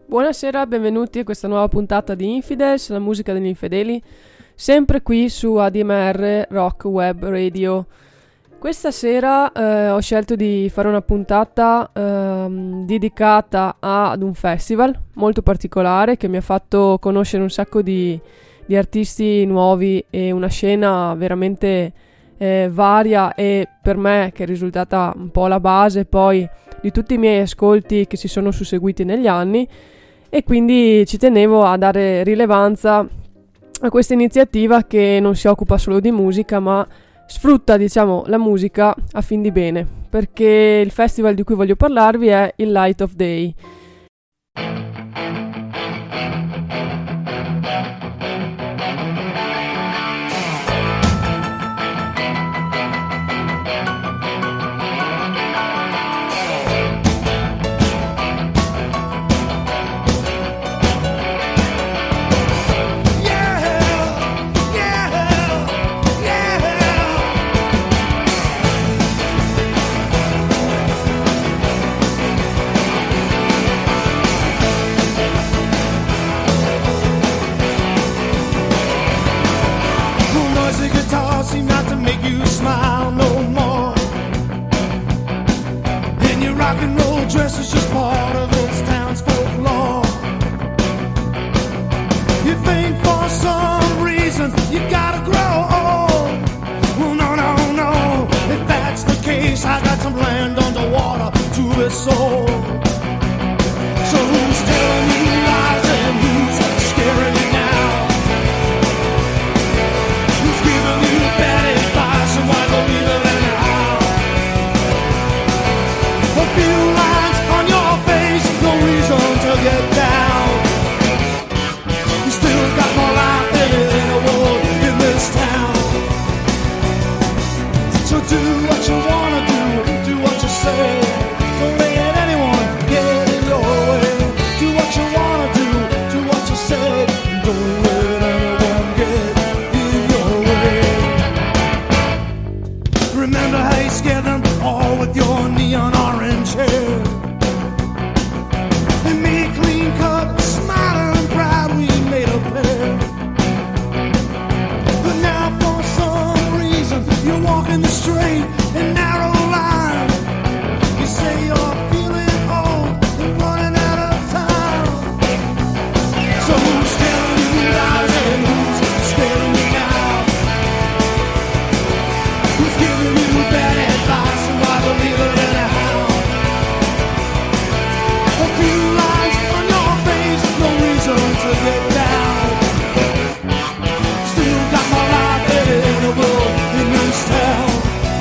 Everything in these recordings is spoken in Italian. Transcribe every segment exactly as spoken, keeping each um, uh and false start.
Buonasera, benvenuti a questa nuova puntata di Infidels, la musica degli infedeli, sempre qui su A D M R Rock Web Radio. Questa sera eh, ho scelto di fare una puntata eh, dedicata a, ad un festival molto particolare che mi ha fatto conoscere un sacco di, di artisti nuovi e una scena veramente eh, varia, e per me che è risultata un po' la base poi di tutti i miei ascolti che si sono susseguiti negli anni. E quindi ci tenevo a dare rilevanza a questa iniziativa che non si occupa solo di musica, ma sfrutta, diciamo, la musica a fin di bene, perché il festival di cui voglio parlarvi è il Light of Day. Dress is just part of this town's folklore. You think for some reason you gotta grow old. Well, no, no, no. If that's the case, I got some land underwater to be sold. So who's telling you lies and who's scaring you now? Who's giving you bad advice and why believe it anyhow? A few lines on your face, no reason to get down. You still got more life than in a world in this town. So do what you wanna do, do what you say. Don't let anyone get in your way. Do what you wanna do, do what you say. Don't let anyone get in your way. Remember how you scared them all with your neon orange hair. And me clean cut, smiling and proud, we made a pair. But now for some reason you're walking the straight and narrow line. You say you're feeling old and running out of time. So who's telling you lies and who's scaring you now? Who's giving you bad advice and why believe it anyhow? A few lines on your face, no reason to get down. Still got my life in the world in this town.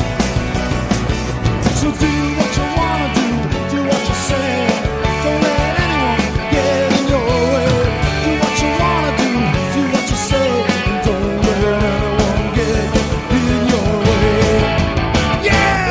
So do what you wanna do, do what you say. Don't let anyone get in your way. Do what you wanna do, do what you say. Don't let anyone get in your way. Yeah!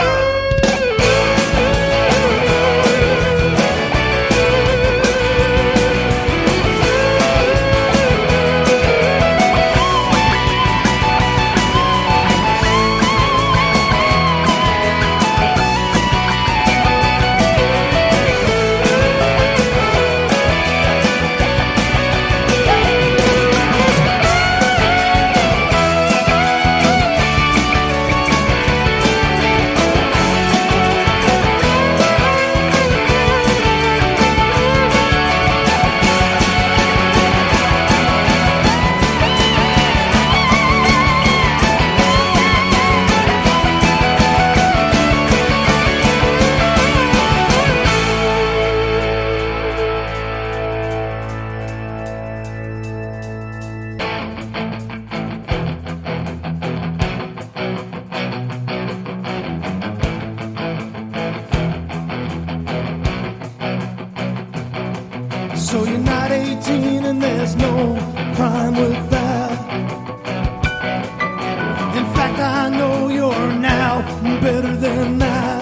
So you're not eighteen and there's no crime with that. In fact, I know you're now better than that.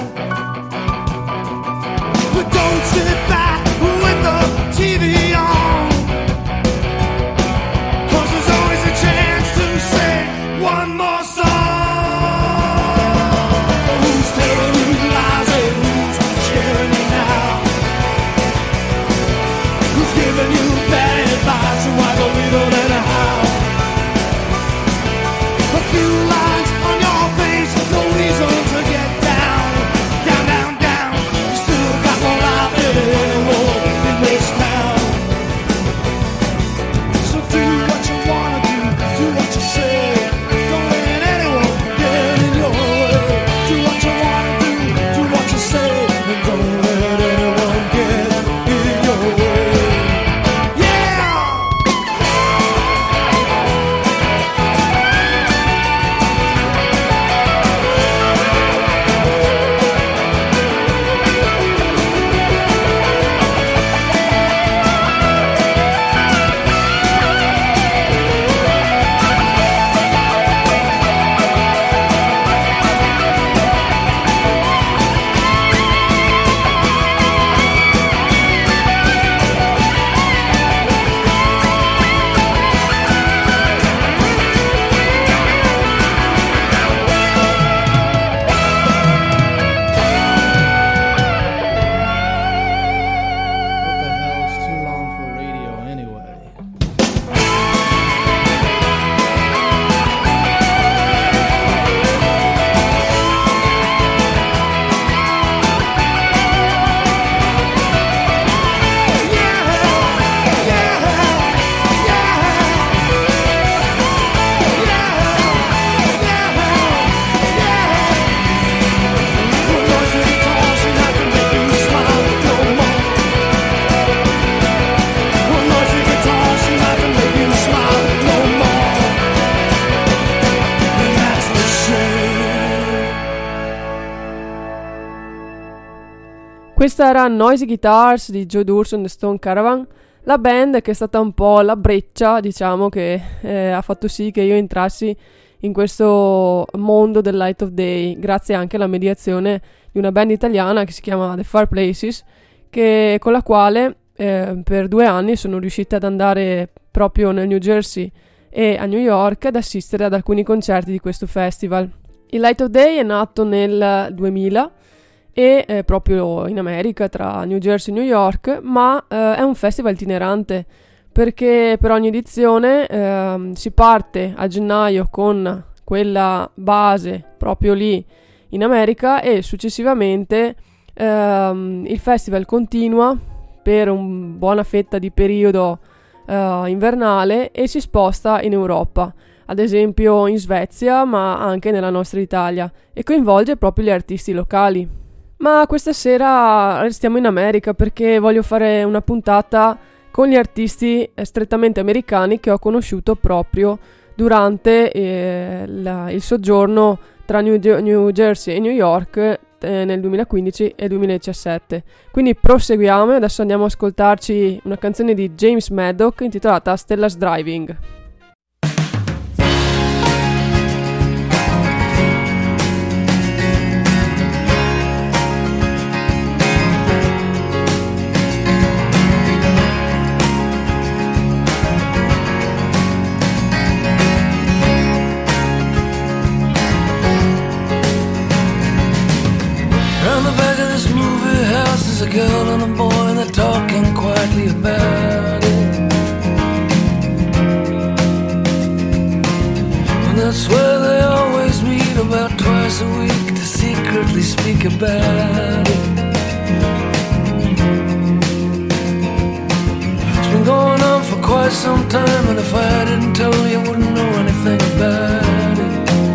But don't sit back with the T V on, 'cause there's always a chance to say one more song. Who's telling you lies and who's scaring you now? Who's giving Questa era Noisy Guitars di Joe D'Urso and the Stone Caravan, la band che è stata un po' la breccia, diciamo, che eh, ha fatto sì che io entrassi in questo mondo del Light of Day, grazie anche alla mediazione di una band italiana che si chiama The Far Places, che, con la quale eh, per due anni sono riuscita ad andare proprio nel New Jersey e a New York ad assistere ad alcuni concerti di questo festival. Il Light of Day è nato nel duemila e eh, proprio in America, tra New Jersey e New York, ma eh, è un festival itinerante, perché per ogni edizione eh, si parte a gennaio con quella base proprio lì in America e successivamente eh, il festival continua per una buona fetta di periodo eh, invernale e si sposta in Europa, ad esempio in Svezia, ma anche nella nostra Italia, e coinvolge proprio gli artisti locali. Ma questa sera restiamo in America perché voglio fare una puntata con gli artisti strettamente americani che ho conosciuto proprio durante eh, la, il soggiorno tra New, New Jersey e New York eh, nel duemilaquindici e duemiladiciassette. Quindi proseguiamo e adesso andiamo ad ascoltarci una canzone di James Maddock intitolata Stella's Driving. A girl and a boy and they're talking quietly about it, and that's where they always meet about twice a week to secretly speak about it. It's been going on for quite some time, and if I didn't tell you, you wouldn't know anything about it.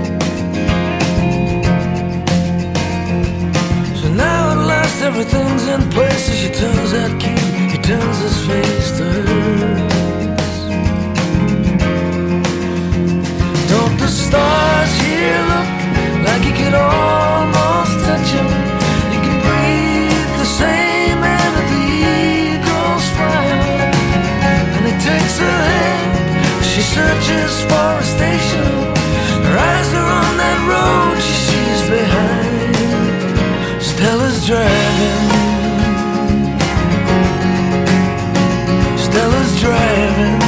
Now at last everything's in place as she turns that key, he turns his face to hers. Don't the stars here look like you could almost touch them? You can breathe the same air that the eagles fly on. And he takes her hand, she searches for a station. Her eyes are on that road she sees behind. Stella's driving, Stella's driving.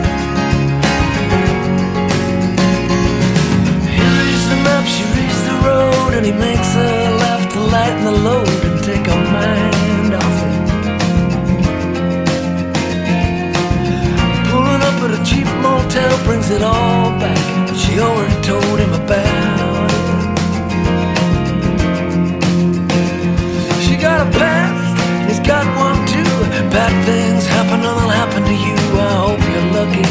He reads the map, she reads the road, and he makes her laugh to lighten the load and take her mind off it. Pulling up at a cheap motel brings it all back, but she already told him about it. Got a past, he's got one too. Bad things happen, and they'll happen to you. I hope you're lucky.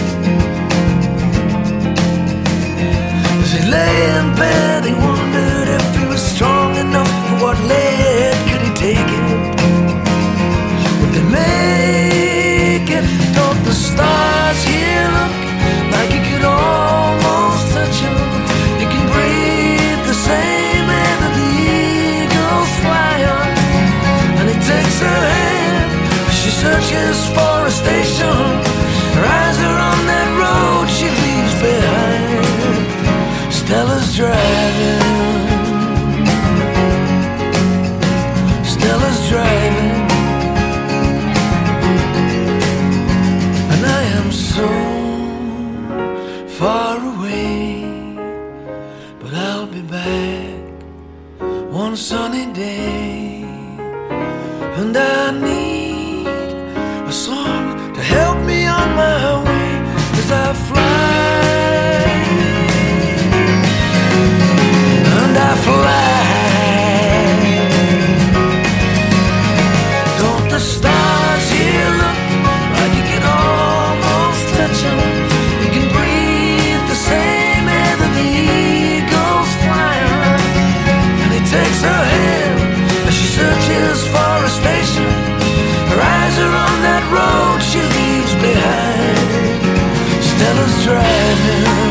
As he lay in bed, he wondered if he was strong enough for what lay ahead. Could he take it? Would they make it? Don't the stars here look like you could almost touch them? You can breathe the same air that the eagles fly on. Takes her hand, she searches for a station. Her eyes are on that road she leaves behind. Stella's driving, Stella's driving. And I am so far away, but I'll be back one sunny day. And I need a song to help me on my way as I fly. And I fly. Don't the stars here look like you can almost touch them? You can breathe the same air that the eagles fly on. And he takes her hand as she searches for a station. Her eyes are on that road she leaves behind. Stella's driving,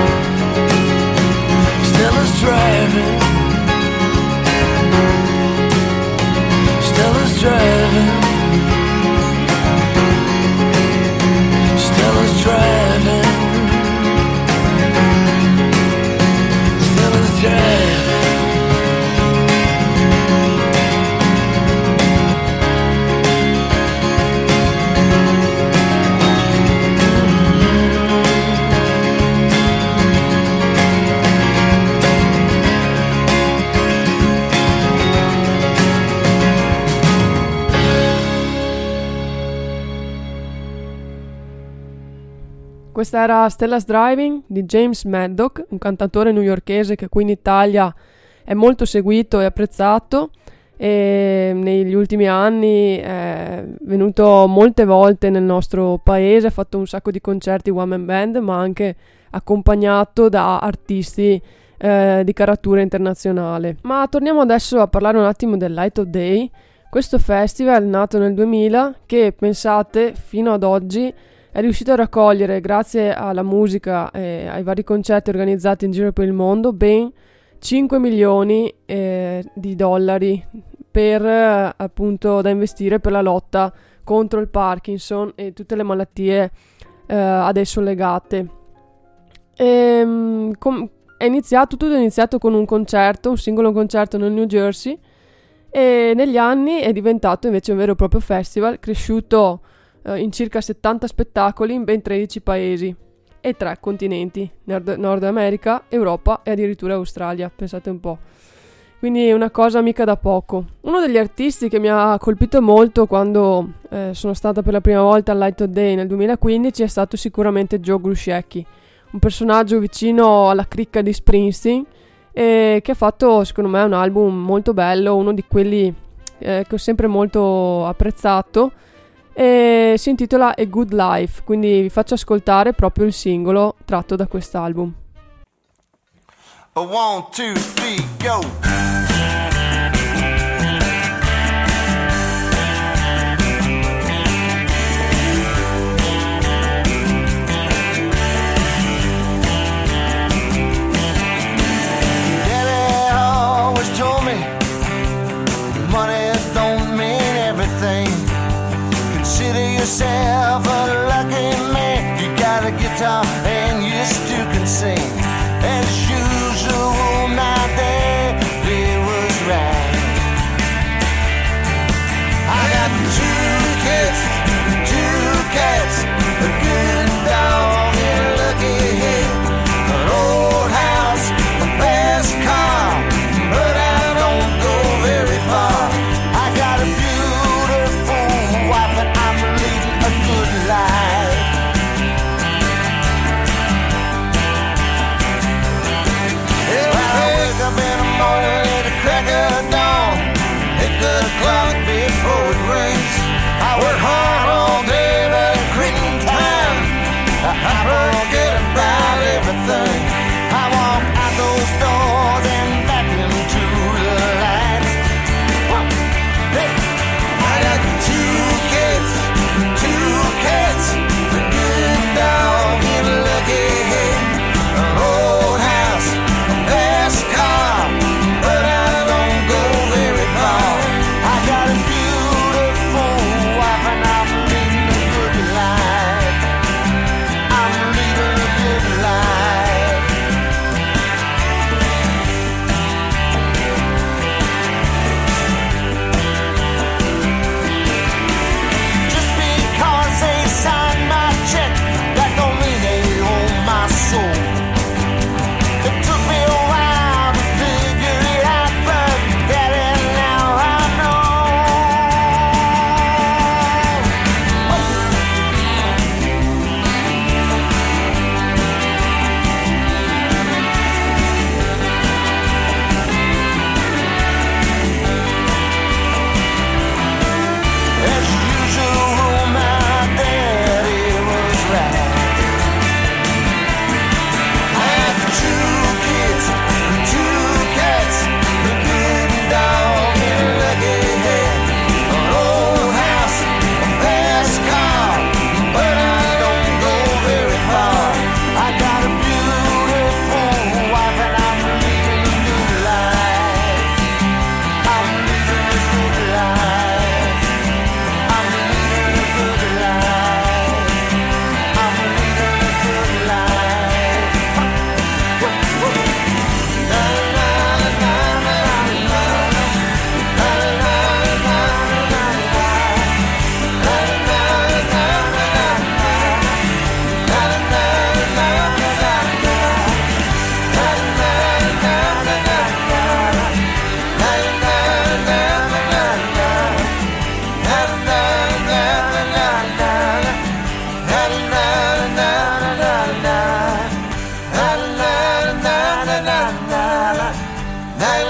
Stella's driving. questa era Stella's Driving di James Maddock, un cantautore newyorkese che qui in Italia è molto seguito e apprezzato, e negli ultimi anni è venuto molte volte nel nostro paese, ha fatto un sacco di concerti one man band, ma anche accompagnato da artisti eh, di caratura internazionale. Ma torniamo adesso a parlare un attimo del Light of Day, questo festival nato nel duemila che, pensate, fino ad oggi è riuscito a raccogliere, grazie alla musica e ai vari concerti organizzati in giro per il mondo, ben cinque milioni eh, di dollari per eh, appunto da investire per la lotta contro il Parkinson e tutte le malattie eh, ad esso legate. E, com- è iniziato, tutto è iniziato con un concerto, un singolo concerto nel New Jersey, e negli anni è diventato invece un vero e proprio festival, cresciuto eh, in circa settanta spettacoli in ben tredici paesi e tre continenti, Nord, Nord America, Europa e addirittura Australia, pensate un po'. Quindi una cosa mica da poco. Uno degli artisti che mi ha colpito molto quando eh, sono stata per la prima volta al Light of Day nel duemilaquindici è stato sicuramente Joe Gruscecki, un personaggio vicino alla cricca di Springsteen, e che ha fatto secondo me un album molto bello, uno di quelli eh, che ho sempre molto apprezzato, e si intitola A Good Life, quindi vi faccio ascoltare proprio il singolo tratto da quest'album. A one, two, three, go! Daddy always told me money don't mean everything. Consider yourself a lucky man. You got a guitar and you still can sing. As usual, my daddy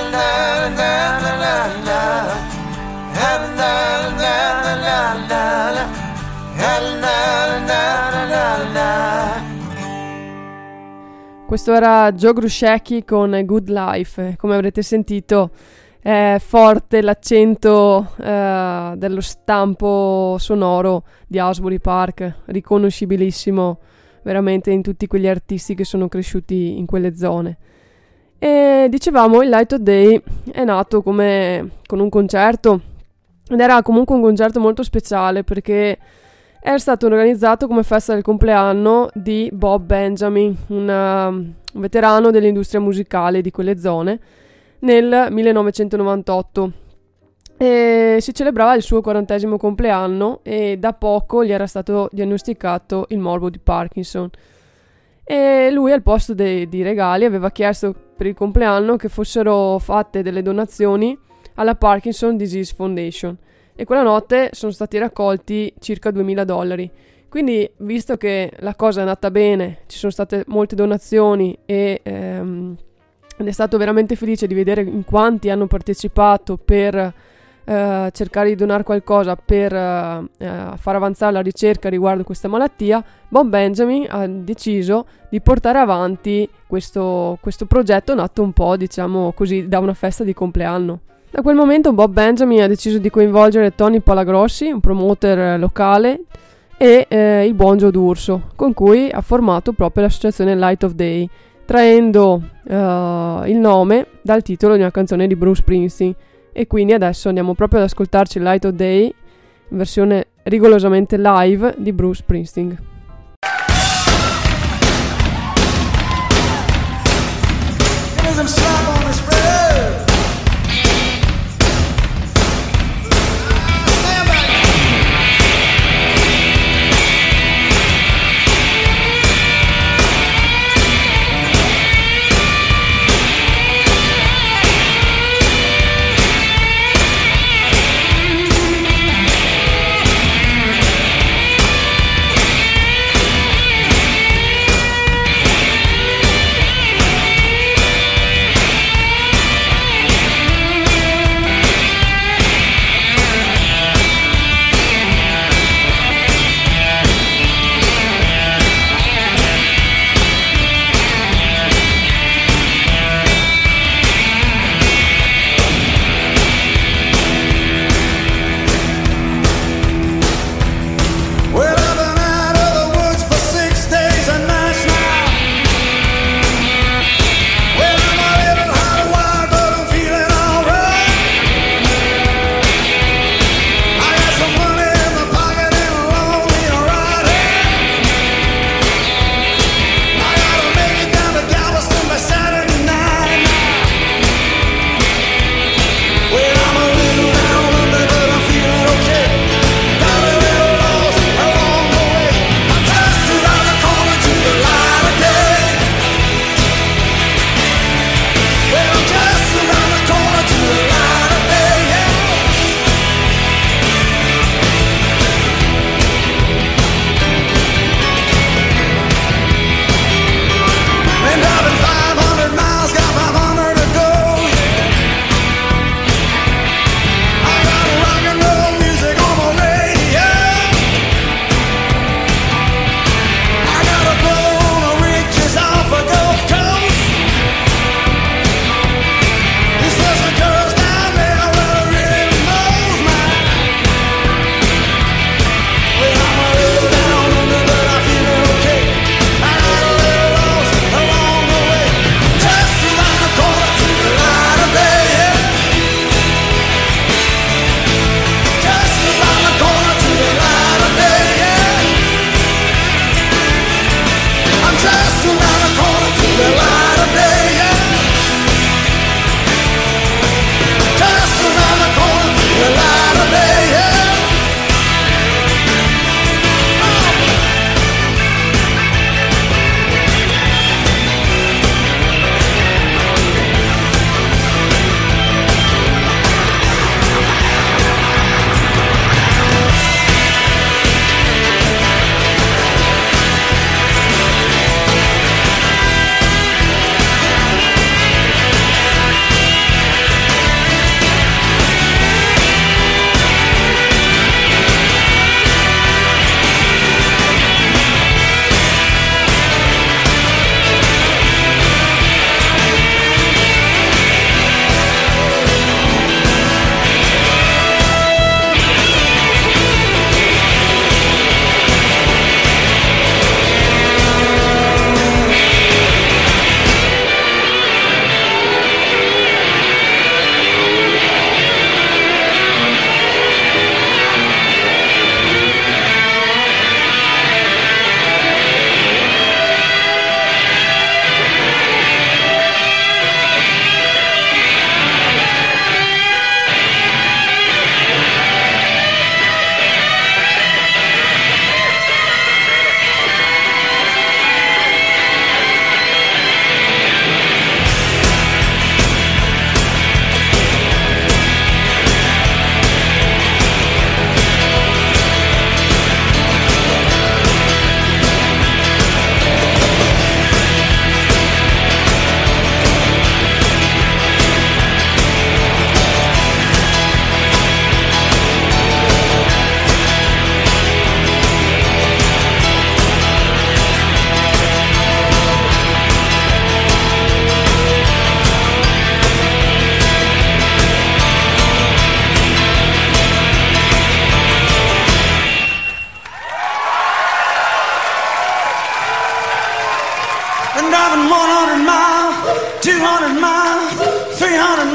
Questo era Joe Gruscecki con Good Life. Come avrete sentito è forte l'accento eh, dello stampo sonoro di Asbury Park, riconoscibilissimo veramente in tutti quegli artisti che sono cresciuti in quelle zone. E dicevamo, il Light of Day è nato come con un concerto, ed era comunque un concerto molto speciale perché era stato organizzato come festa del compleanno di Bob Benjamin, una, un veterano dell'industria musicale di quelle zone, nel millenovecentonovantotto. E si celebrava il suo quarantesimo compleanno e da poco gli era stato diagnosticato il morbo di Parkinson. E lui, al posto dei, di regali, aveva chiesto per il compleanno che fossero fatte delle donazioni alla Parkinson Disease Foundation. E quella notte sono stati raccolti circa duemila dollari. Quindi, visto che la cosa è andata bene, ci sono state molte donazioni e ehm, ed è stato veramente felice di vedere in quanti hanno partecipato per eh, cercare di donare qualcosa per eh, far avanzare la ricerca riguardo questa malattia, Bob Benjamin ha deciso di portare avanti questo, questo progetto nato un po', diciamo così, da una festa di compleanno. Da quel momento Bob Benjamin ha deciso di coinvolgere Tony Palagrossi, un promoter locale, e eh, il buon Joe D'Urso, con cui ha formato proprio l'associazione Light of Day, traendo uh, il nome dal titolo di una canzone di Bruce Springsteen. E quindi adesso andiamo proprio ad ascoltarci Light of Day in versione rigorosamente live di Bruce Springsteen.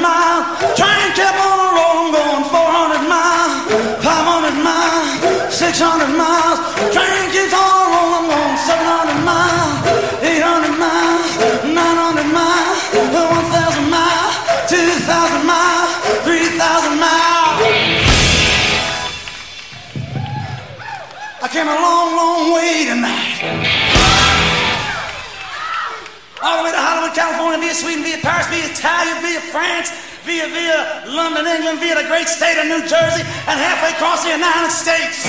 miles. Train kept on rolling, going four hundred miles, five hundred miles, six hundred miles. Train keeps on rolling, going seven hundred miles, eight hundred miles, nine hundred miles, one thousand miles, two thousand miles, three thousand miles. I came a long, long way tonight. All the way to Hollywood, California, via Sweden, via Paris, via Italia, via France, via, via London, England, via the great state of New Jersey, and halfway across the United States.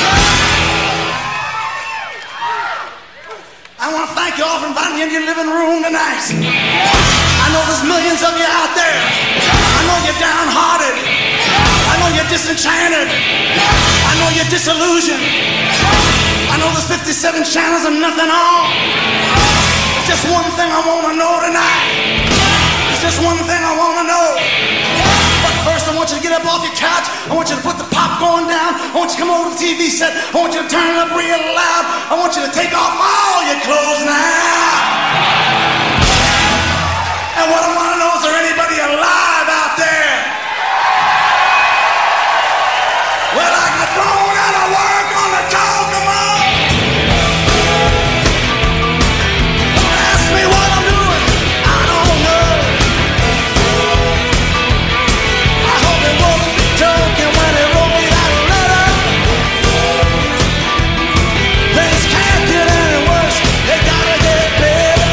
I want to thank you all for inviting me into your living room tonight. I know there's millions of you out there. I know you're downhearted. I know you're disenchanted. I know you're disillusioned. I know there's fifty-seven channels and nothing on. There's just one thing I want to know tonight. There's just one thing I want to know. But first I want you to get up off your couch. I want you to put the popcorn down. I want you to come over to the T V set. I want you to turn it up real loud. I want you to take off all your clothes now. And what I want to know, is there anybody alive out there? Well, I got thrown out of work on the dog, come on. Don't ask me what I'm doing, I don't know. I hope it wasn't joking when he wrote me that letter. Things can't get any worse, they gotta get better.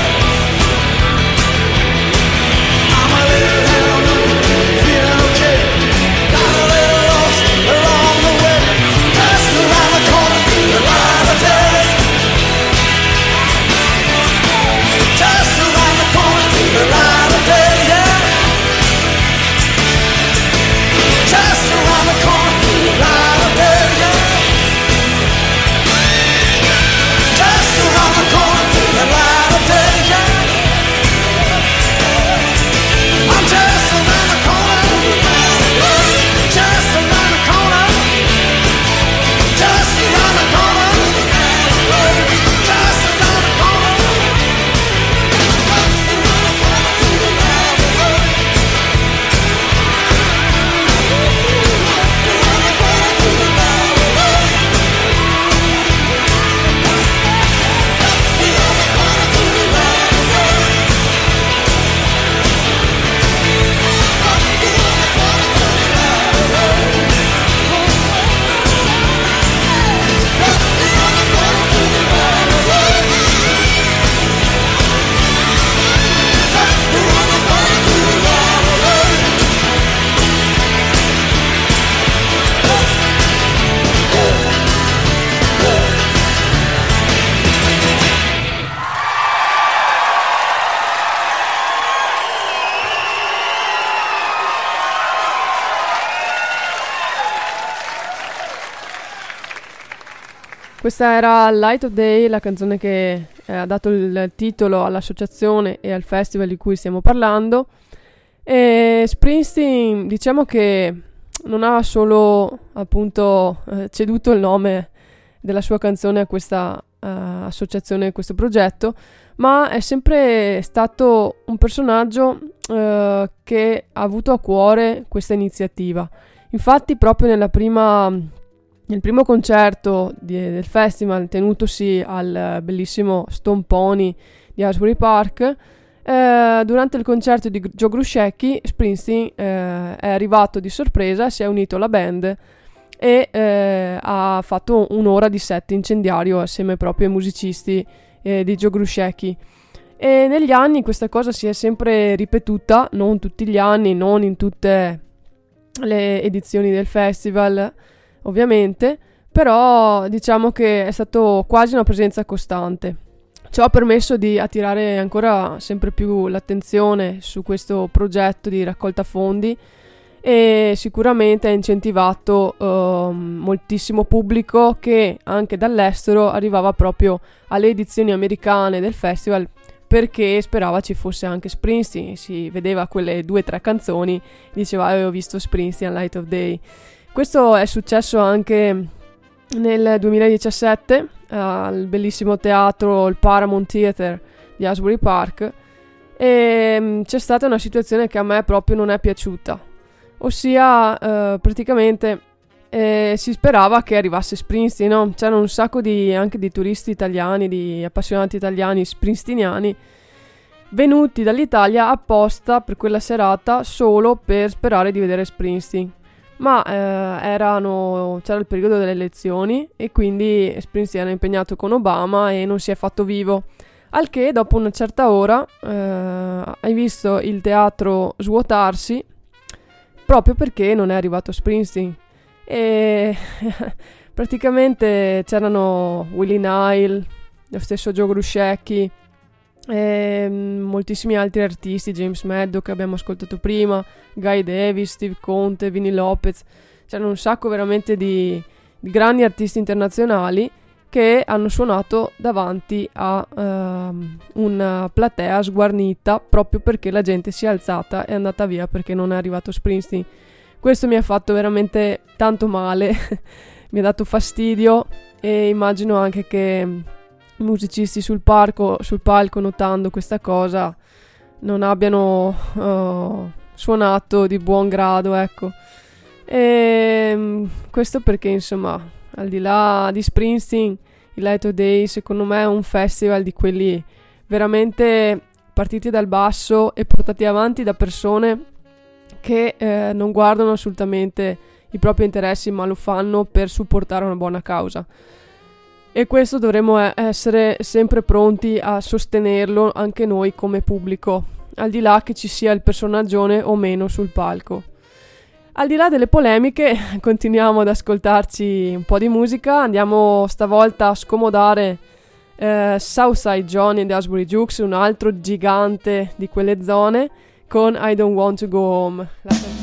I'm a little down, feeling okay. Got a little lost along the way. Just around the corner, the light of day. Just around the corner, the light of day, yeah. Just around the corner, the light of day, yeah. Just around the corner, the light of day, yeah. I'm just around the corner, just around the corner, just around the corner, just around the corner. Questa era Light of Day, la canzone che eh, ha dato il titolo all'associazione e al festival di cui stiamo parlando. E Springsteen, diciamo che non ha solo appunto eh, ceduto il nome della sua canzone a questa uh, associazione, a questo progetto, ma è sempre stato un personaggio uh, che ha avuto a cuore questa iniziativa. Infatti proprio nella prima... Nel primo concerto di, del festival, tenutosi al bellissimo Stone Pony di Asbury Park, eh, durante il concerto di Joe Gruscecki, Springsteen eh, è arrivato di sorpresa, si è unito alla band e eh, ha fatto un'ora di set incendiario assieme proprio ai musicisti eh, di Joe Gruscecki. E negli anni questa cosa si è sempre ripetuta, non tutti gli anni, non in tutte le edizioni del festival, ovviamente, però diciamo che è stato quasi una presenza costante. Ciò ha permesso di attirare ancora sempre più l'attenzione su questo progetto di raccolta fondi e sicuramente ha incentivato uh, moltissimo pubblico che anche dall'estero arrivava proprio alle edizioni americane del festival perché sperava ci fosse anche Springsteen. Si vedeva quelle due o tre canzoni, diceva ah, avevo visto Springsteen a Light of Day. Questo è successo anche nel duemiladiciassette al bellissimo teatro, il Paramount Theatre di Asbury Park, e mh, c'è stata una situazione che a me proprio non è piaciuta, ossia eh, praticamente eh, si sperava che arrivasse Springsteen, no? C'erano un sacco di, anche di turisti italiani, di appassionati italiani springsteeniani venuti dall'Italia apposta per quella serata solo per sperare di vedere Springsteen. Ma eh, erano, c'era il periodo delle elezioni e quindi Springsteen era impegnato con Obama e non si è fatto vivo. Al che dopo una certa ora eh, hai visto il teatro svuotarsi proprio perché non è arrivato Springsteen. E praticamente c'erano Willie Nile, lo stesso Joe Gruscecchi, e moltissimi altri artisti, James Maddox che abbiamo ascoltato prima, Guy Davis, Steve Conte, Vinnie Lopez. C'erano un sacco veramente di, di grandi artisti internazionali che hanno suonato davanti a uh, una platea sguarnita proprio perché la gente si è alzata e è andata via perché non è arrivato Springsteen. Questo mi ha fatto veramente tanto male, mi ha dato fastidio, e immagino anche che i musicisti sul, parco, sul palco, notando questa cosa, non abbiano uh, suonato di buon grado, ecco. E questo perché, insomma, al di là di Springsteen, il Light of Day secondo me è un festival di quelli veramente partiti dal basso e portati avanti da persone che eh, non guardano assolutamente i propri interessi, ma lo fanno per supportare una buona causa. E questo dovremmo essere sempre pronti a sostenerlo anche noi come pubblico, al di là che ci sia il personaggione o meno sul palco. Al di là delle polemiche, continuiamo ad ascoltarci un po' di musica. Andiamo stavolta a scomodare eh, Southside Johnny e The Asbury Jukes, un altro gigante di quelle zone, con I Don't Want to Go Home. La canzone.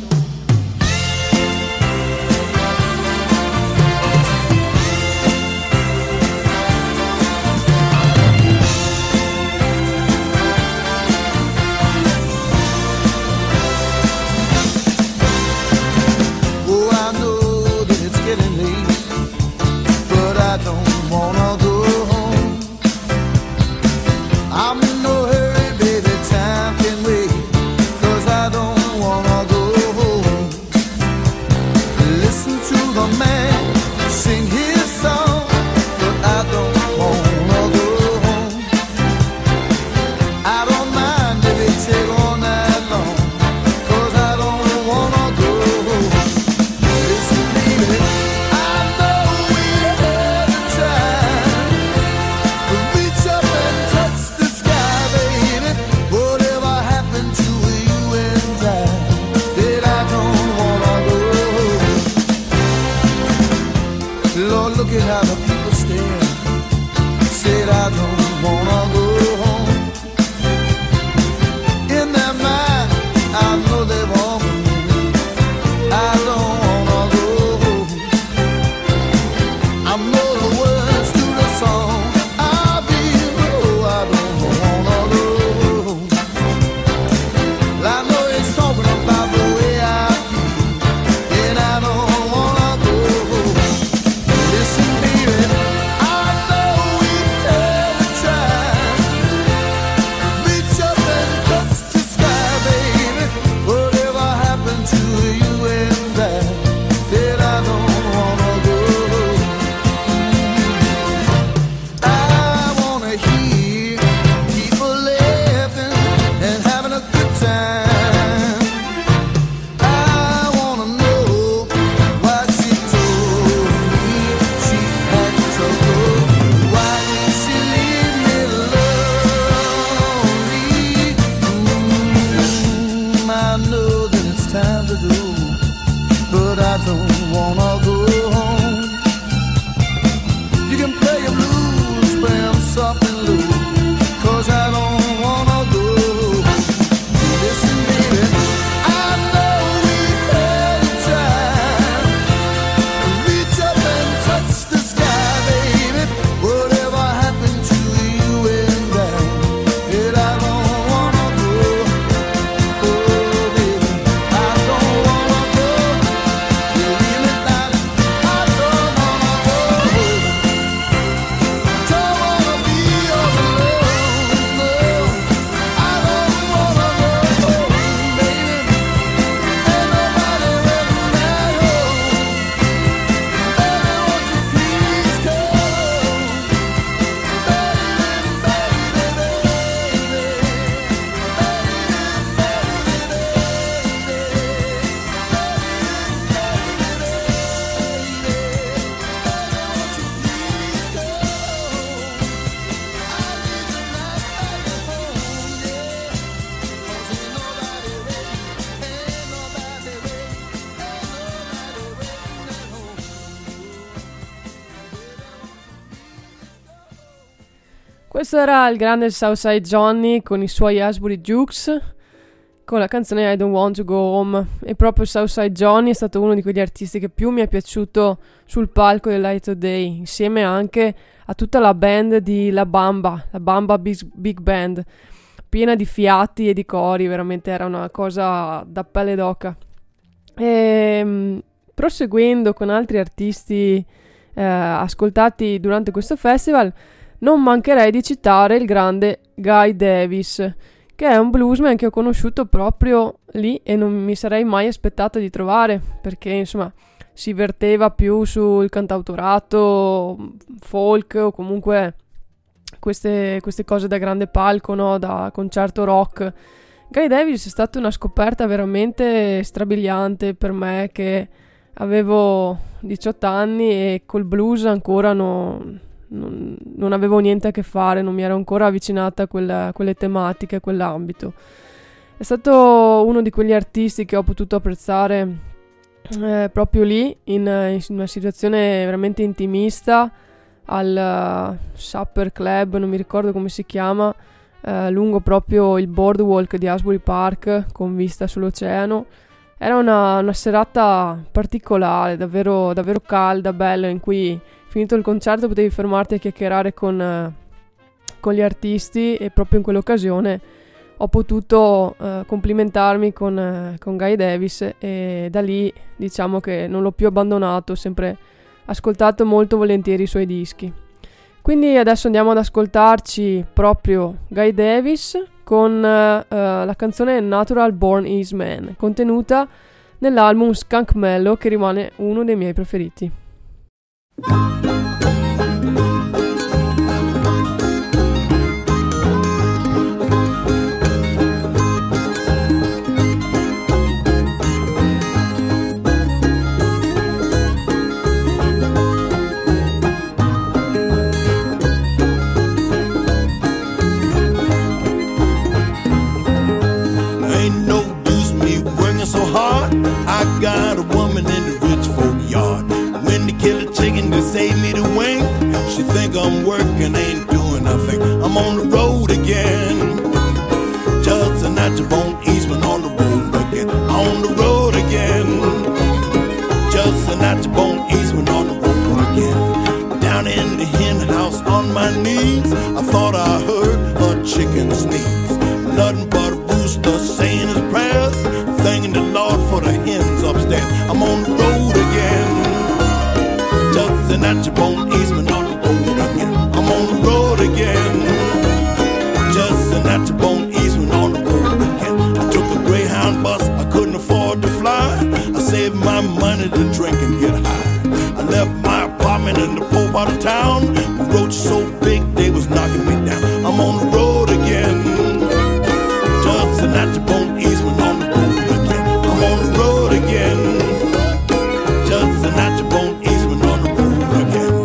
Questo era il grande Southside Johnny con i suoi Asbury Jukes, con la canzone I Don't Want to Go Home. E proprio Southside Johnny è stato uno di quegli artisti che più mi è piaciuto sul palco del Light of Day, insieme anche a tutta la band di La Bamba, la Bamba Big, Big Band, piena di fiati e di cori, veramente era una cosa da pelle d'oca. E, proseguendo con altri artisti eh, ascoltati durante questo festival, non mancherei di citare il grande Guy Davis, che è un bluesman che ho conosciuto proprio lì e non mi sarei mai aspettata di trovare, perché insomma si verteva più sul cantautorato, folk o comunque queste, queste cose da grande palco, no? Da concerto rock. Guy Davis è stata una scoperta veramente strabiliante per me, che avevo diciotto anni e col blues ancora non... Non, non avevo niente a che fare, non mi ero ancora avvicinata a quella, quelle tematiche, a quell'ambito. È stato uno di quegli artisti che ho potuto apprezzare eh, proprio lì, in, in una situazione veramente intimista, al uh, Supper Club, non mi ricordo come si chiama, eh, lungo proprio il boardwalk di Asbury Park, con vista sull'oceano. Era una, una serata particolare, davvero, davvero calda, bella, in cui finito il concerto potevi fermarti a chiacchierare con, eh, con gli artisti, e proprio in quell'occasione ho potuto eh, complimentarmi con, eh, con Guy Davis, e da lì diciamo che non l'ho più abbandonato, ho sempre ascoltato molto volentieri i suoi dischi. Quindi adesso andiamo ad ascoltarci proprio Guy Davis con eh, la canzone Natural Born Is Man, contenuta nell'album Skunk Mellow, che rimane uno dei miei preferiti. Ain't no use me working so hard. I got a woman in the rich folk yard. When they kill a chicken to save me the wing, she think I'm working, ain't doing nothing. I'm on the road again. Just a natural born Eastman on the road again. On the road again. Just a natural born Eastman on the road again. Down in the hen house on my knees, I thought I heard a chicken sneeze. Nothing but a rooster saying his prayers, thanking the Lord for the hens upstairs. I'm on the road again. Just an Atchibone Eastman on the road again. I'm on the road again. Just an Atchibone Eastman on the road again. I took a Greyhound bus, I couldn't afford to fly. I saved my money to drink and get high. I left my apartment in the poor part of town. The roaches so big they was knocking me down. I'm on the road again. Just an Atchibone Eastman on the road again. I'm on the road again. Just an Atchibone Eastman on the road again.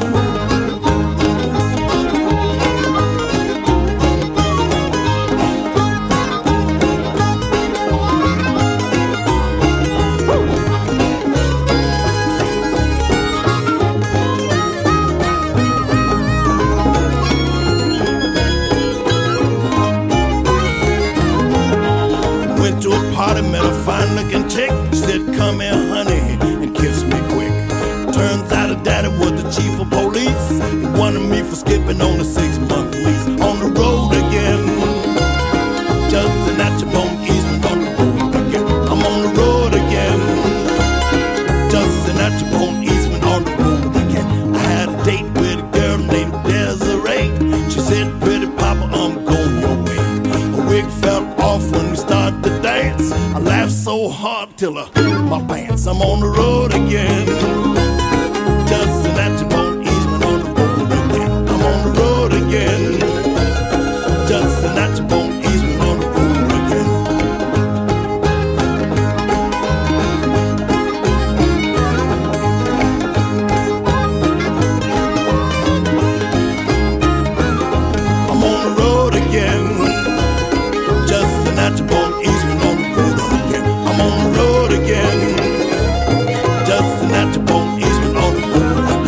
Went to a party, met a fine looking chick. Said, come here, honey, and kiss me quick. Turns out her daddy was the chief of police. He wanted me for skipping on a six month lease. On the road again. Just an Atchibone Eastman on the road again. I'm on the road again. Just an Atchibone Eastman on the road again. I had a date with a girl named Desiree. She said, pretty papa, I'm going your way. A wig fell off when we started to dance. I laughed so hard till I hurt my pants. I'm on the road again. Just an Atchibone Eastman on the road again. I'm on the road again. Just an Atchibone Eastman on the road again. I'm on the road again. Just an Atchibone Eastman on the road again. I'm on the road again. Just an Atchibone Eastman on the road again.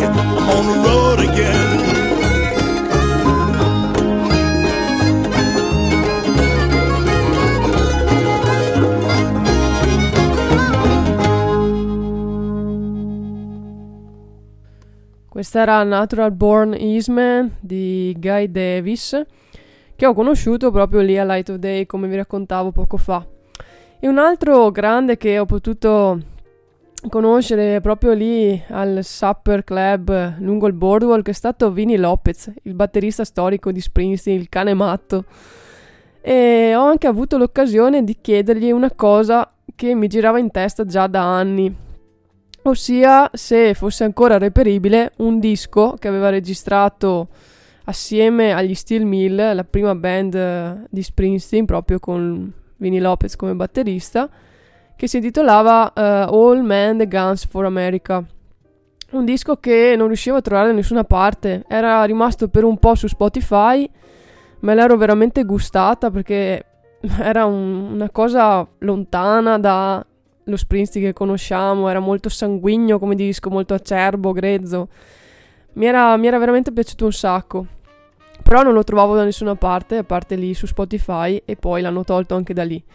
Questa era Natural Born Eastman di Guy Davis, che ho conosciuto proprio lì a Light of Day, come vi raccontavo poco fa. E un altro grande che ho potuto conoscere proprio lì al Supper Club lungo il boardwalk è stato Vinnie Lopez, il batterista storico di Springsteen, il cane matto. E ho anche avuto l'occasione di chiedergli una cosa che mi girava in testa già da anni, ossia se fosse ancora reperibile un disco che aveva registrato assieme agli Steel Mill, la prima band di Springsteen, proprio con Vinnie Lopez come batterista, che si intitolava uh, All Men the Guns for America. Un disco che non riuscivo a trovare da nessuna parte, era rimasto per un po' su Spotify, me l'ero veramente gustata perché era un, una cosa lontana dallo Springsteen che conosciamo, era molto sanguigno come disco, molto acerbo, grezzo, mi era, mi era veramente piaciuto un sacco, però non lo trovavo da nessuna parte, a parte lì su Spotify, e poi l'hanno tolto anche da lì.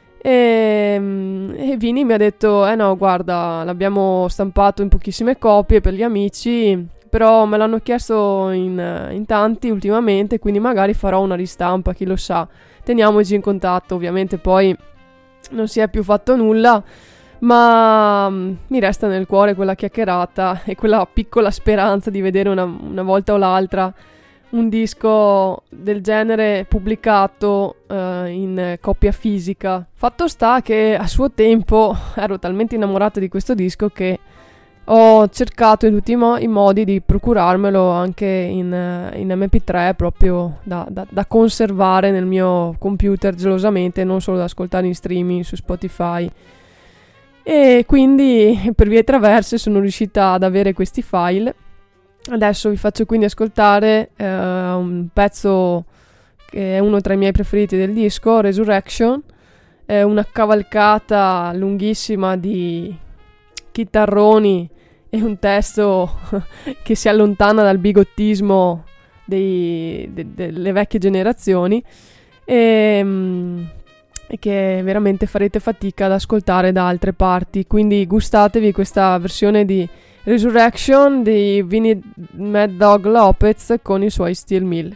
E, e Vini mi ha detto eh no guarda, l'abbiamo stampato in pochissime copie per gli amici, però me l'hanno chiesto in, in tanti ultimamente, quindi magari farò una ristampa, chi lo sa, teniamoci in contatto. Ovviamente poi non si è più fatto nulla, ma um, mi resta nel cuore quella chiacchierata e quella piccola speranza di vedere una, una volta o l'altra un disco del genere pubblicato uh, in copia fisica. Fatto sta che a suo tempo ero talmente innamorata di questo disco che ho cercato in tutti i, mo- i modi di procurarmelo anche in, uh, in emme pi tre, proprio da, da, da conservare nel mio computer gelosamente, non solo da ascoltare in streaming su Spotify. E quindi per vie traverse sono riuscita ad avere questi file. Adesso vi faccio quindi ascoltare uh, un pezzo che è uno tra i miei preferiti del disco, Resurrection. È una cavalcata lunghissima di chitarroni e un testo che si allontana dal bigottismo dei, de, delle vecchie generazioni e, um, e che veramente farete fatica ad ascoltare da altre parti. Quindi gustatevi questa versione di Resurrection di Vinnie Mad Dog Lopez con i suoi Steel Mill.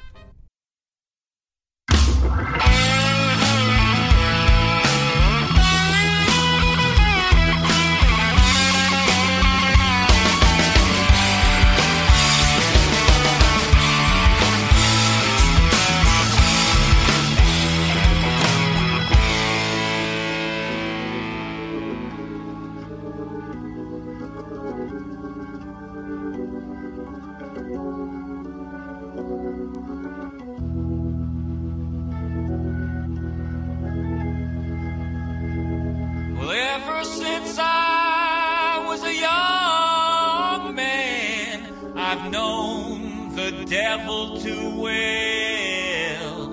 Devil too well.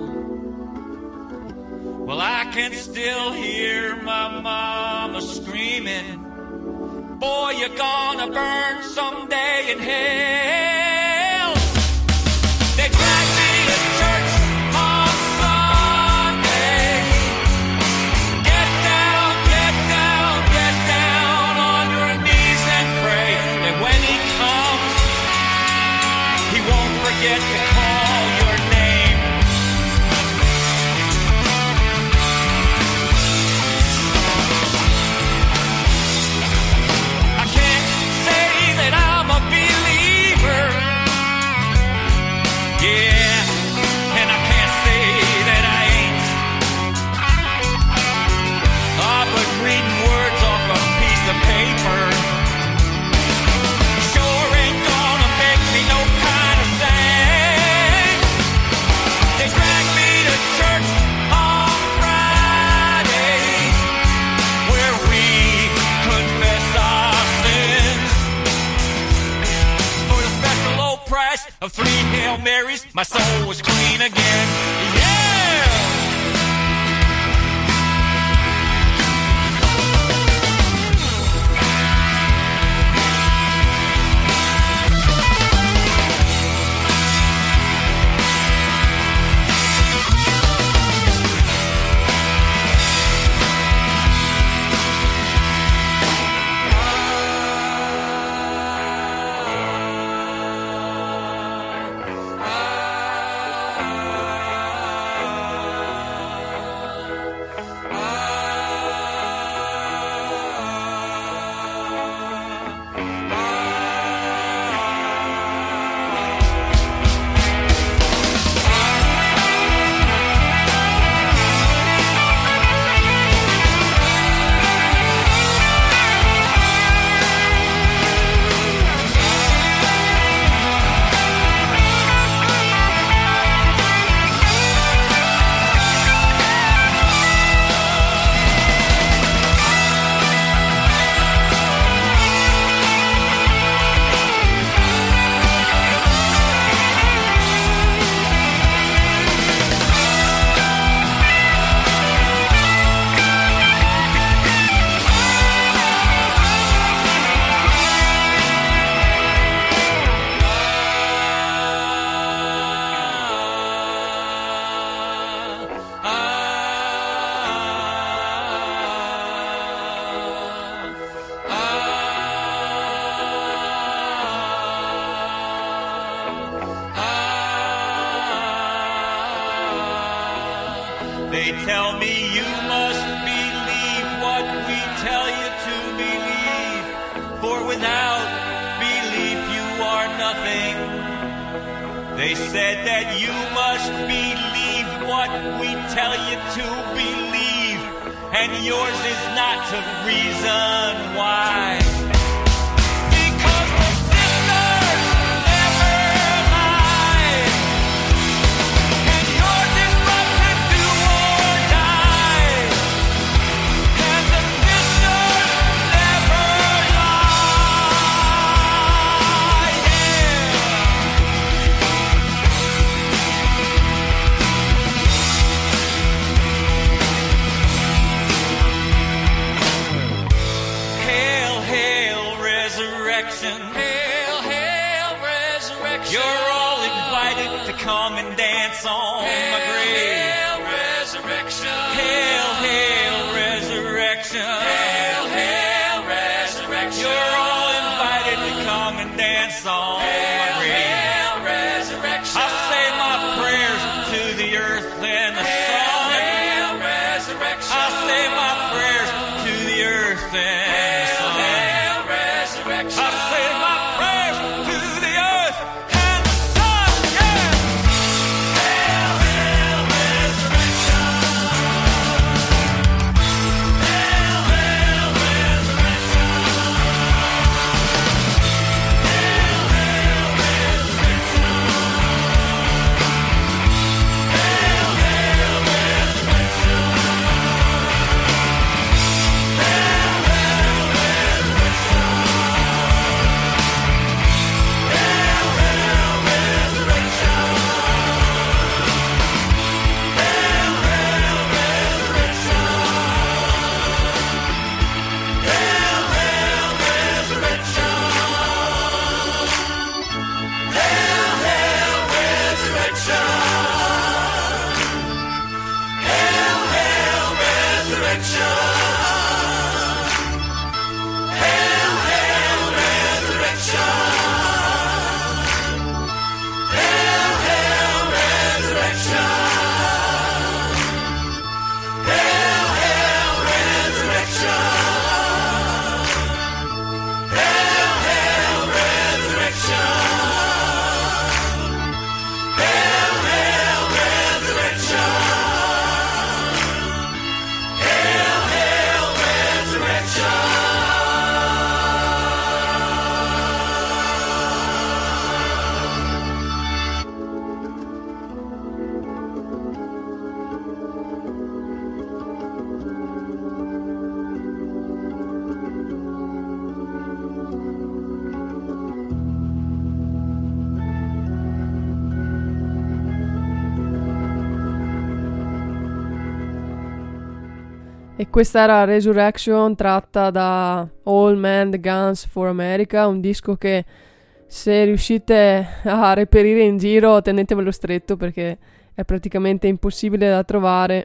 Well, I can still hear my mama screaming, boy, you're gonna burn someday in hell. They drag me to church on Sunday. Get down, get down, get down on your knees and pray that when he comes, he won't forget to call your name. I can't say that I'm a believer, yeah, and I can't say that I ain't. Ah, but reading words off a piece of paper sure ain't gonna make me no kind of saint. They drag me to church on Friday, where we confess our sins. For the special low price of three Hail Marys, my soul was clean again. Yeah! They tell me you must believe what we tell you to believe, for without belief you are nothing. They said that you must believe what we tell you to believe, and yours is not to reason why. Come and dance on hail, my grave. Hail, resurrection. Hail, hail, resurrection. Hail, hail, resurrection. You're all invited to come and dance on hail, my grave. Hail, resurrection. I say my prayers to the earth and the hail, sun. Hail, resurrection. I say my prayers to the earth and hail, the sun. Hail, resurrection. I say my prayers to the earth. E questa era Resurrection, tratta da All Man the Guns for America, un disco che se riuscite a reperire in giro tenetevelo stretto perché è praticamente impossibile da trovare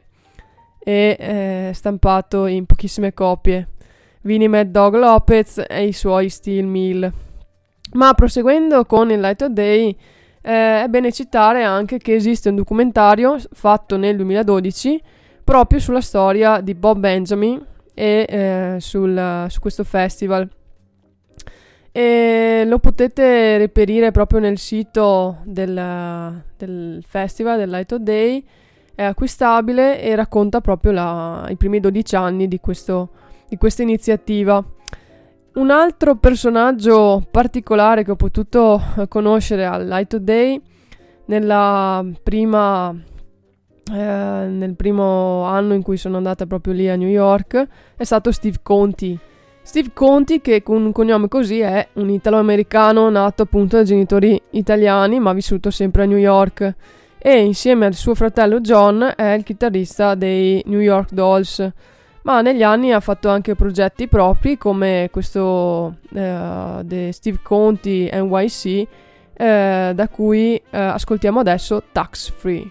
e è stampato in pochissime copie. Vinnie Mad Dog Lopez e i suoi Steel Mill. Ma proseguendo con il Light of Day, eh, è bene citare anche che esiste un documentario fatto nel duemiladodici proprio sulla storia di Bob Benjamin e eh, sul, su questo festival. E lo potete reperire proprio nel sito del, del festival, del Light of Day, è acquistabile e racconta proprio la, i primi dodici anni di, questo, di questa iniziativa. Un altro personaggio particolare che ho potuto conoscere al Light of Day nella prima... Eh, nel primo anno in cui sono andata proprio lì a New York è stato Steve Conti. Steve Conti, che con un cognome così è un italo-americano nato appunto da genitori italiani ma vissuto sempre a New York, e insieme al suo fratello John è il chitarrista dei New York Dolls, ma negli anni ha fatto anche progetti propri come questo eh, The Steve Conti N Y C, eh, da cui eh, ascoltiamo adesso Tax Free.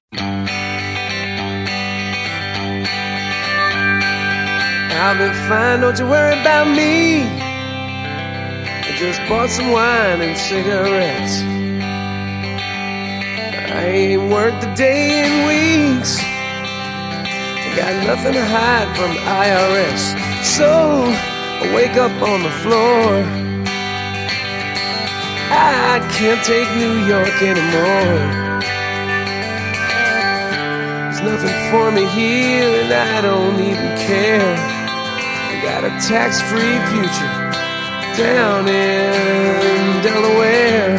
I'll be fine, don't you worry about me. I just bought some wine and cigarettes. I ain't worked a day in weeks. got nothing to hide from the I R S. So I wake up on the floor. I can't take New York anymore. There's nothing for me here and I don't even care. I got a tax-free future down in Delaware.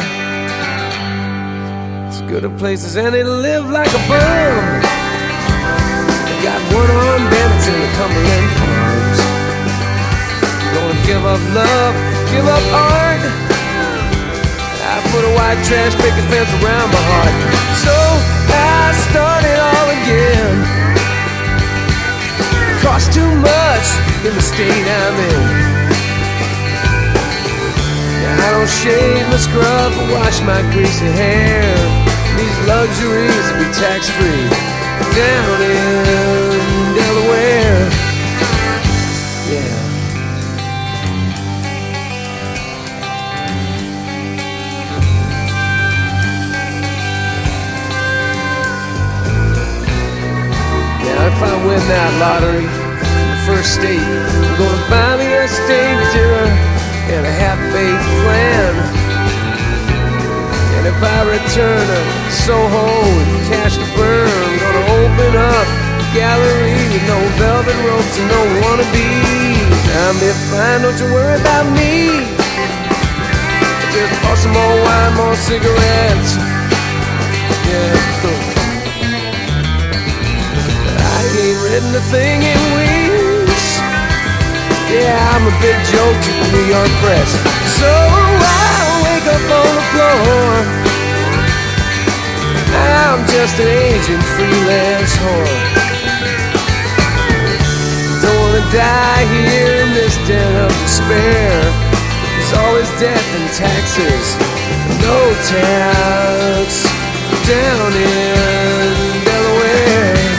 It's good a place as any to live like a bum. I got one-armed bandits in the Cumberland Farms. Gonna give up love, give up art. I put a white trash picket fence around my heart. So I started all again. Cost too much in the state I'm in. Now I don't shave my scrub or wash my greasy hair. These luxuries will be tax-free down in Delaware. Yeah. If I win that lottery in the first state, I'm gonna buy me a steak dinner and a half-baked plan. And if I return to Soho with cash to burn, I'm gonna open up a gallery with no velvet ropes and no wannabes. I'll be fine, don't you worry about me. Just pour some more wine, more cigarettes. Yeah, cool. I ain't written a thing in weeks. Yeah, I'm a big joke to the New York press. So I wake up on the floor. I'm just an aging freelance whore. Don't wanna die here in this den of despair. There's always death and taxes, no tax down in Delaware.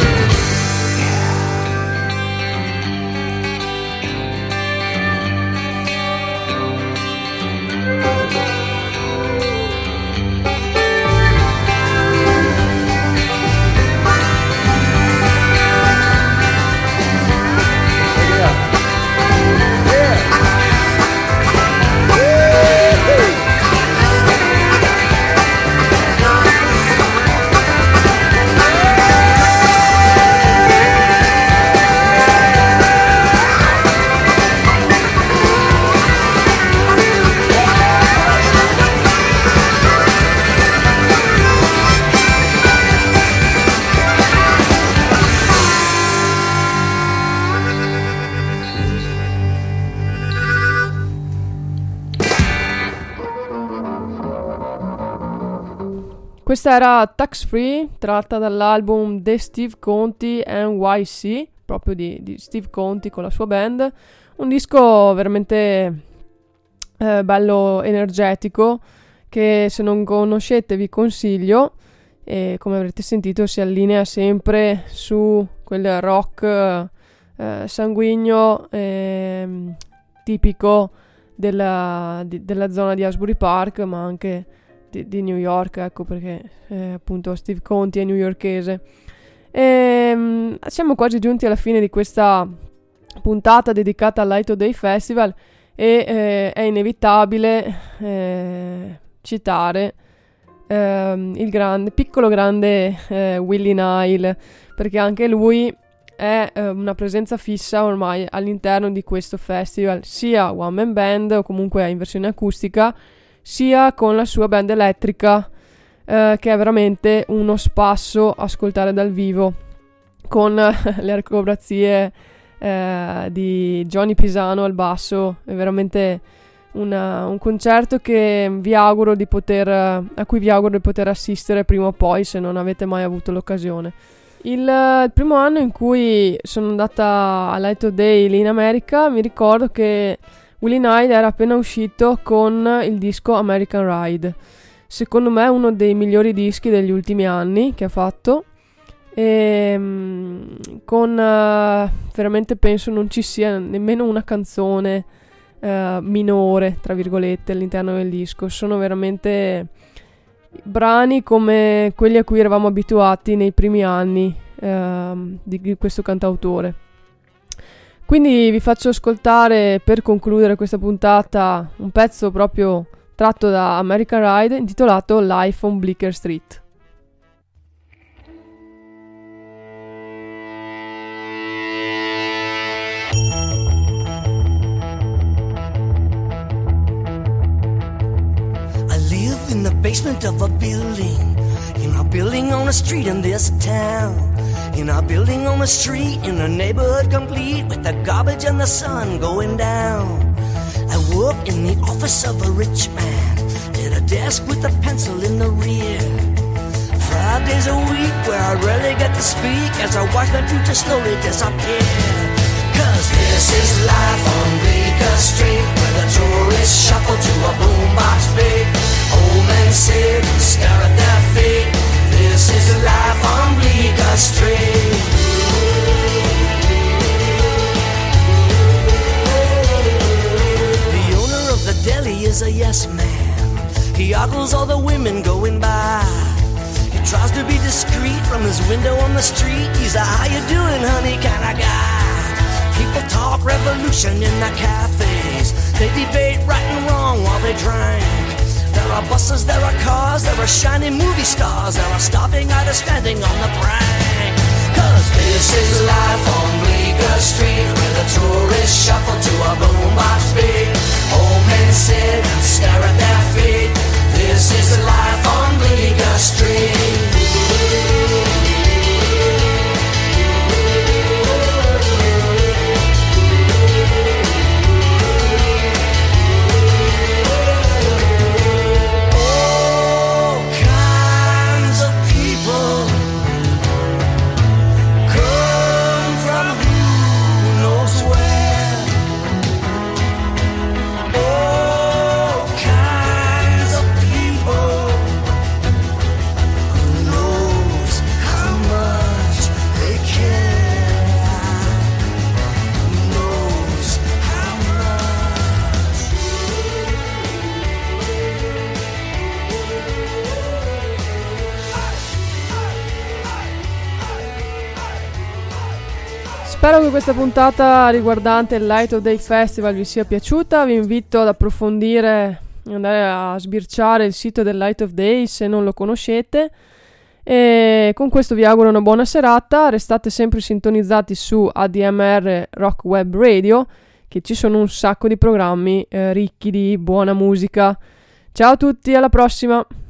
Questa era Tax Free, tratta dall'album The Steve Conti N Y C, proprio di, di Steve Conti con la sua band. Un disco veramente eh, bello, energetico, che se non conoscete vi consiglio, e come avrete sentito si allinea sempre su quel rock eh, sanguigno eh, tipico della, di, della zona di Asbury Park, ma anche di, di New York, ecco perché eh, appunto Steve Conti è newyorkese. E, mh, siamo quasi giunti alla fine di questa puntata dedicata al Light of Day Festival e eh, è inevitabile eh, citare eh, il grande, piccolo grande eh, Willie Nile, perché anche lui è eh, una presenza fissa ormai all'interno di questo festival, sia one man band o comunque in versione acustica, sia con la sua band elettrica, eh, che è veramente uno spasso ascoltare dal vivo, con le acrobazie eh, di Johnny Pisano al basso. È veramente una, un concerto che vi auguro di poter, a cui vi auguro di poter assistere prima o poi, se non avete mai avuto l'occasione. Il, il primo anno in cui sono andata a Light of Day lì in America, mi ricordo che Willie Nile era appena uscito con il disco American Ride, secondo me uno dei migliori dischi degli ultimi anni che ha fatto, e con uh, veramente penso non ci sia nemmeno una canzone uh, minore tra virgolette all'interno del disco. Sono veramente brani come quelli a cui eravamo abituati nei primi anni uh, di questo cantautore. Quindi vi faccio ascoltare, per concludere questa puntata, un pezzo proprio tratto da American Ride intitolato Life on Bleecker Street. I live in the basement of a building, in a building on a street in this town. In a building on the street, in a neighborhood complete with the garbage and the sun going down. I work in the office of a rich man, at a desk with a pencil in the rear. Five days a week where I rarely get to speak as I watch the future slowly disappear. Cause this is life on Bleecker Street, where the tourists shuffle to a boombox beat. Old men sit and stare at their feet. This is life on Bleecker Street. The owner of the deli is a yes man. He ogles all the women going by. He tries to be discreet from his window on the street. He's a how you doing honey kind of guy. People talk revolution in the cafes. They debate right and wrong while they drink. There are buses, there are cars, there are shiny movie stars. There are stopping, either standing on the brink. Cause this is life on Bleecker Street, where the tourists shuffle to a boombox beat. Old men sit and stare at their feet. This is life on Bleecker Street. Spero che questa puntata riguardante il Light of Day Festival vi sia piaciuta. Vi invito ad approfondire, andare a sbirciare il sito del Light of Day se non lo conoscete. E con questo vi auguro una buona serata. Restate sempre sintonizzati su A D M R Rock Web Radio, che ci sono un sacco di programmi eh, ricchi di buona musica. Ciao a tutti, alla prossima!